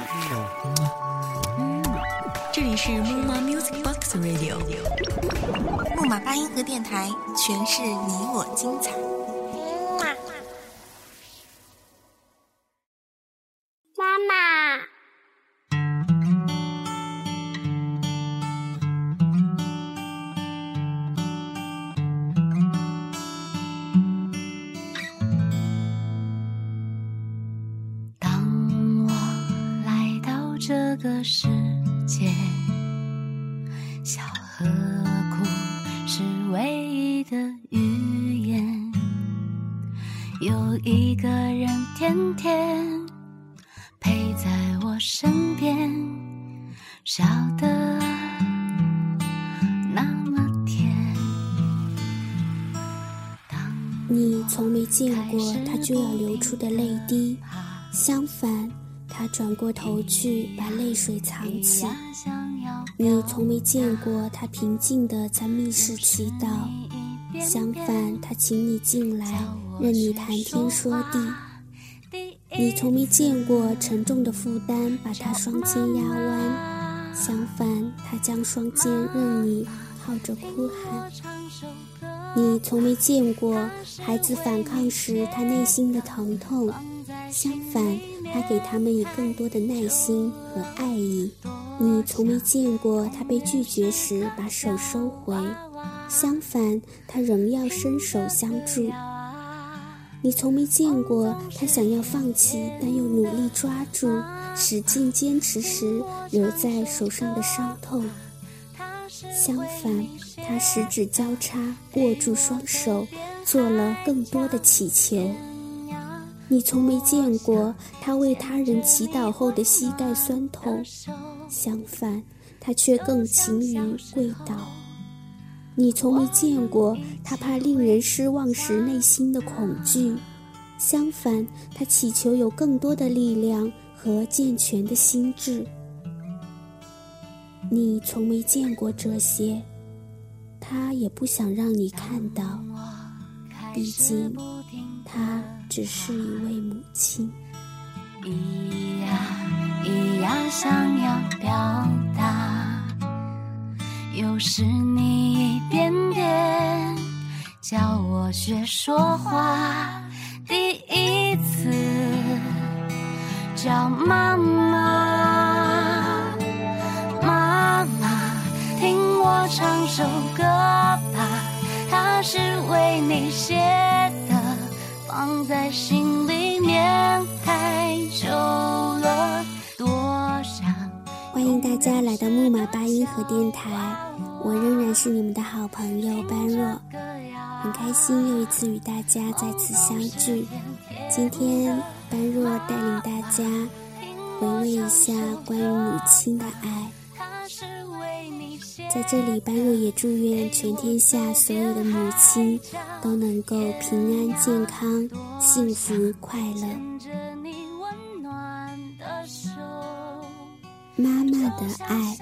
这里是木马 Music Box Radio， 木马八音盒电台，诠释你我精彩。 妈妈， 当我来到这个世界，笑和哭是唯一的语言，有一个人天天陪在我身边，笑得那么甜。 你从没见过他就要流出的泪滴，相反他转过头去把泪水藏起。你从没见过他平静地在密室祈祷，相反他请你进来，任你谈天说地。你从没见过沉重的负担把他双肩压弯，相反他将双肩任你靠着哭喊。你从没见过孩子反抗时他内心的疼痛，相反他给他们以更多的耐心和爱意。你从没见过他被拒绝时把手收回，相反他仍要伸手相助。你从没见过他想要放弃但又努力抓住，使劲坚持时留在手上的伤痛，相反他十指交叉握住双手，做了更多的祈求。你从没见过他为他人祈祷后的膝盖酸痛，相反他却更勤于跪倒。你从没见过他怕令人失望时内心的恐惧，相反他祈求有更多的力量和健全的心智。你从没见过这些，他也不想让你看到，毕竟他只是一位母亲。 咿呀想要表达，有时你一遍遍教我学说话，第一次叫妈妈，妈妈听我唱首歌吧，它是为你写的，放在心里面太久了，多想。 欢迎大家来到木马八音盒电台，我仍然是你们的好朋友般若，很开心又一次与大家再次相聚。今天般若带领大家回味一下关于母亲的爱。在这里般若也祝愿全天下所有的母亲都能够平安健康幸福快乐。妈妈的爱，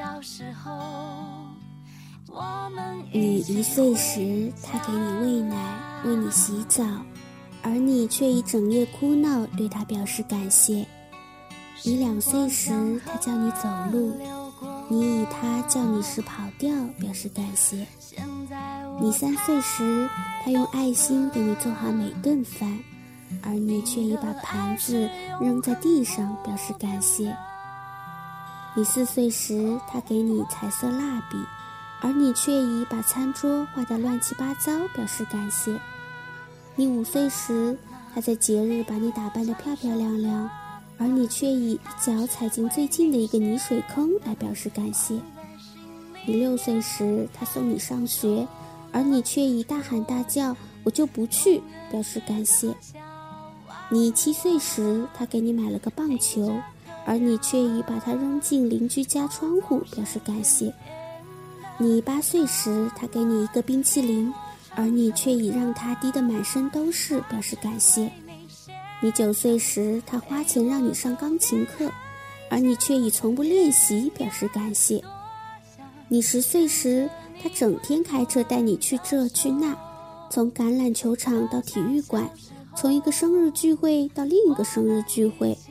你1岁时她给你喂奶为你洗澡，而你却以整夜哭闹对她表示感谢。你2岁时她叫你走路，你以她叫你时跑调表示感谢。你3岁时她用爱心给你做好每顿饭，而你却以把盘子扔在地上表示感谢。你4岁时她给你彩色蜡笔，而你却以把餐桌画得乱七八糟表示感谢。你5岁时她在节日把你打扮得漂漂亮亮，而你却以一脚踩进最近的一个泥水坑来表示感谢。你6岁时她送你上学，而你却以大喊大叫我就不去表示感谢。你7岁时她给你买了个棒球，而你却以把它扔进邻居家窗户表示感谢。你8岁时她给你一个冰淇淋，而你却以让它滴得满身都是表示感谢。你9岁时她花钱让你上钢琴课，而你却以从不练习表示感谢。你10岁时她整天开车带你去这去那，从橄榄球场到体育馆，从一个生日聚会到另一个生日聚会，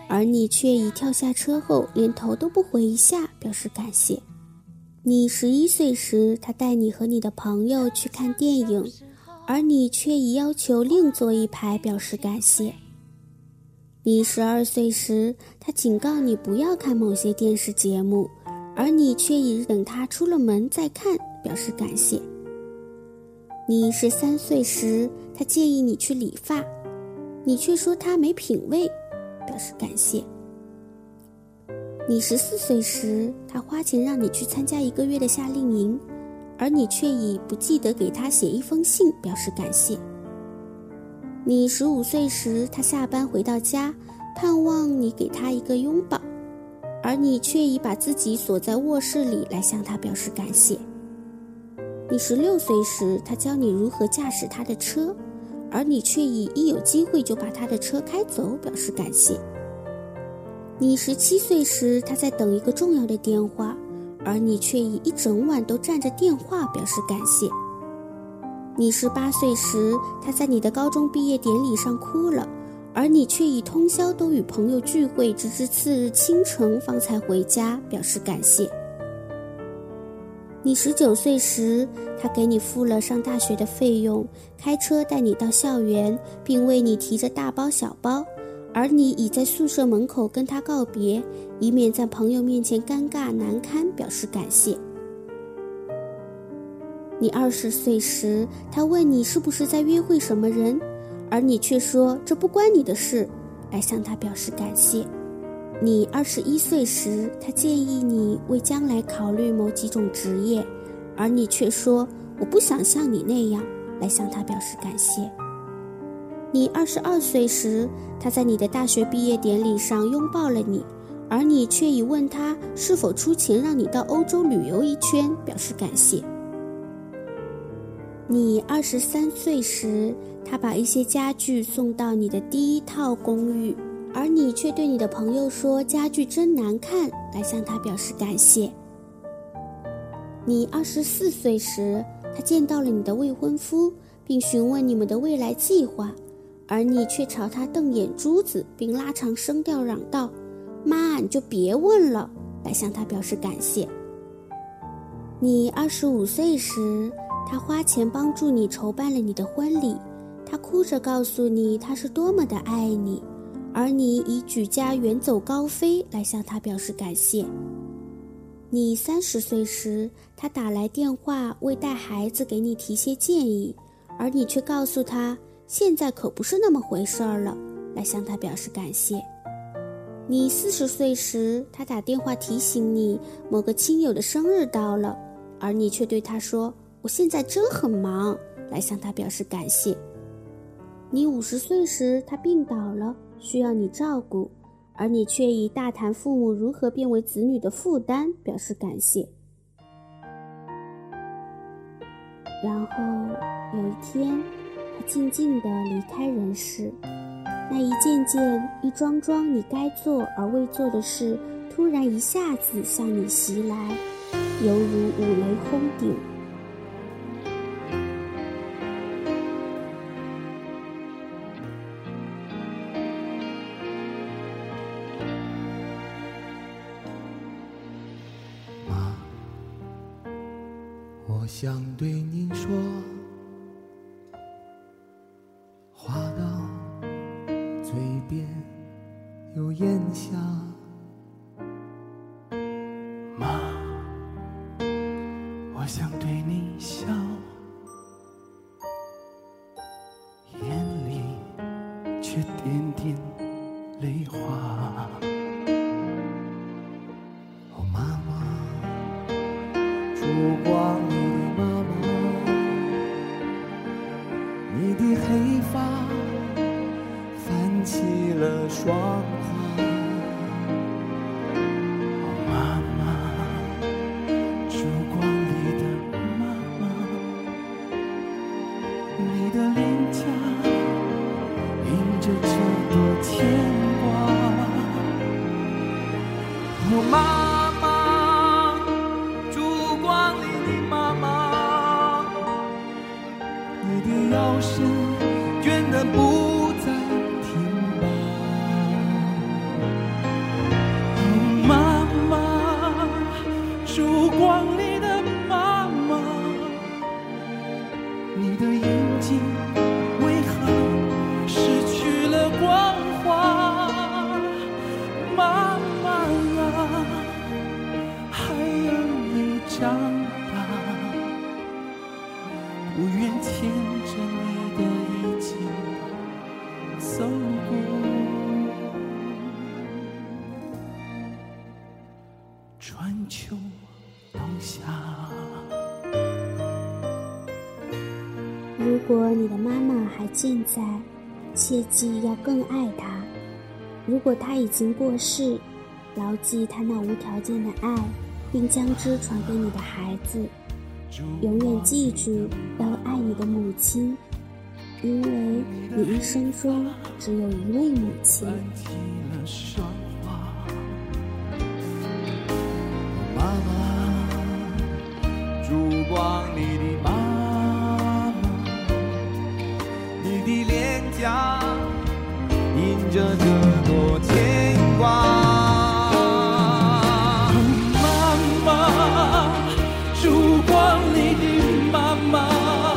而你却以跳下车后连头都不回一下表示感谢。你11岁时，他带你和你的朋友去看电影，而你却以要求另坐一排表示感谢。你12岁时，他警告你不要看某些电视节目，而你却以等他出了门再看表示感谢。你13岁时，他建议你去理发，你却说他没品味，表示感谢。你14岁时，他花钱让你去参加1个月的夏令营，而你却以不记得给他写一封信表示感谢。你15岁时，他下班回到家，盼望你给他一个拥抱，而你却以把自己锁在卧室里来向他表示感谢。你16岁时，他教你如何驾驶他的车，而你却以一有机会就把他的车开走表示感谢。你17岁时，他在等一个重要的电话，而你却以一整晚都占着电话表示感谢。你18岁时，他在你的高中毕业典礼上哭了，而你却以通宵都与朋友聚会，直至次日清晨方才回家表示感谢。你19岁时，他给你付了上大学的费用，开车带你到校园，并为你提着大包小包，而你已在宿舍门口跟他告别，以免在朋友面前尴尬难堪表示感谢。你20岁时，他问你是不是在约会什么人，而你却说这不关你的事，来向他表示感谢。你21岁时，他建议你为将来考虑某几种职业，而你却说我不想像你那样，来向他表示感谢。你22岁时，他在你的大学毕业典礼上拥抱了你，而你却以问他是否出钱让你到欧洲旅游一圈表示感谢。你23岁时，他把一些家具送到你的第一套公寓，而你却对你的朋友说家具真难看，来向他表示感谢。你24岁时，他见到了你的未婚夫，并询问你们的未来计划，而你却朝他瞪眼珠子，并拉长声调嚷道：妈，你就别问了，来向他表示感谢。你25岁时，他花钱帮助你筹办了你的婚礼，他哭着告诉你他是多么的爱你，而你以举家远走高飞来向他表示感谢。你30岁时，他打来电话为带孩子给你提些建议，而你却告诉他现在可不是那么回事儿了，来向他表示感谢。你40岁时，他打电话提醒你某个亲友的生日到了，而你却对他说我现在真很忙，来向他表示感谢。你50岁时，他病倒了，需要你照顾，而你却以大谈父母如何变为子女的负担表示感谢。然后有一天，他静静地离开人世，那一件件一桩桩你该做而未做的事，突然一下子向你袭来，犹如五雷轰顶。 我想对您说，话到嘴边又咽下。妈，我想对你笑，眼里却点点泪花。哦，妈妈，烛光里的妈妈，你的黑发泛起了霜花。哦，妈妈，烛光里的妈妈，你的脸颊映着这朵牵挂。哦，妈妈，烛光里的妈妈，你的腰身倦得不再挺拔。 春秋冬夏。 如果你的妈妈还健在，切记要更爱她；如果她已经过世，牢记她那无条件的爱，并将之传给你的孩子。永远记住要爱你的母亲，因为你一生中只有一位母亲。 妈妈，烛光里的妈妈，你的脸颊印着这朵牵挂。烛光里的妈妈，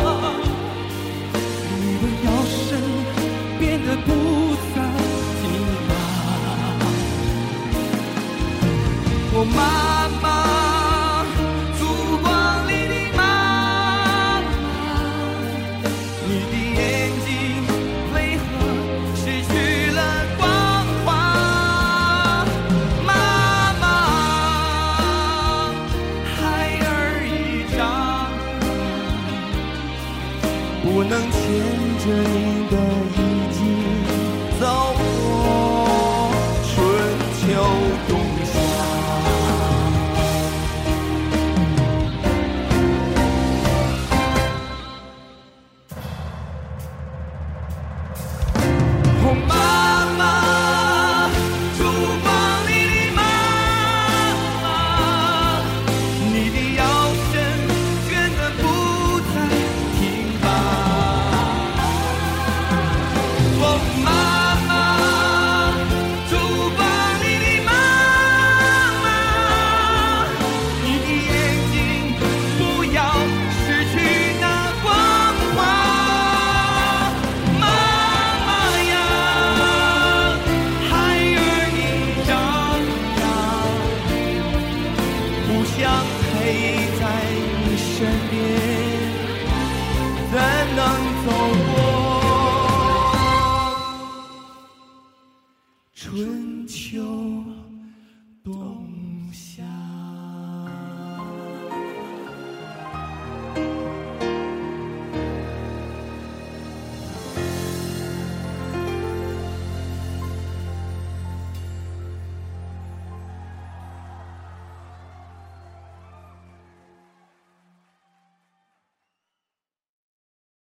你的腰身变得不再挺拔。我妈妈，烛光里的妈妈，你的眼睛为何失去了光华？妈妈，孩儿不能牵着你的衣襟走过春秋冬夏。哦，妈妈，烛光里的妈妈，你的腰身变得不再挺拔。妈妈，烛光里的妈妈，你的眼睛不要失去那光华。妈妈呀，孩儿你长大，不想陪在你身边，怎能走过春秋冬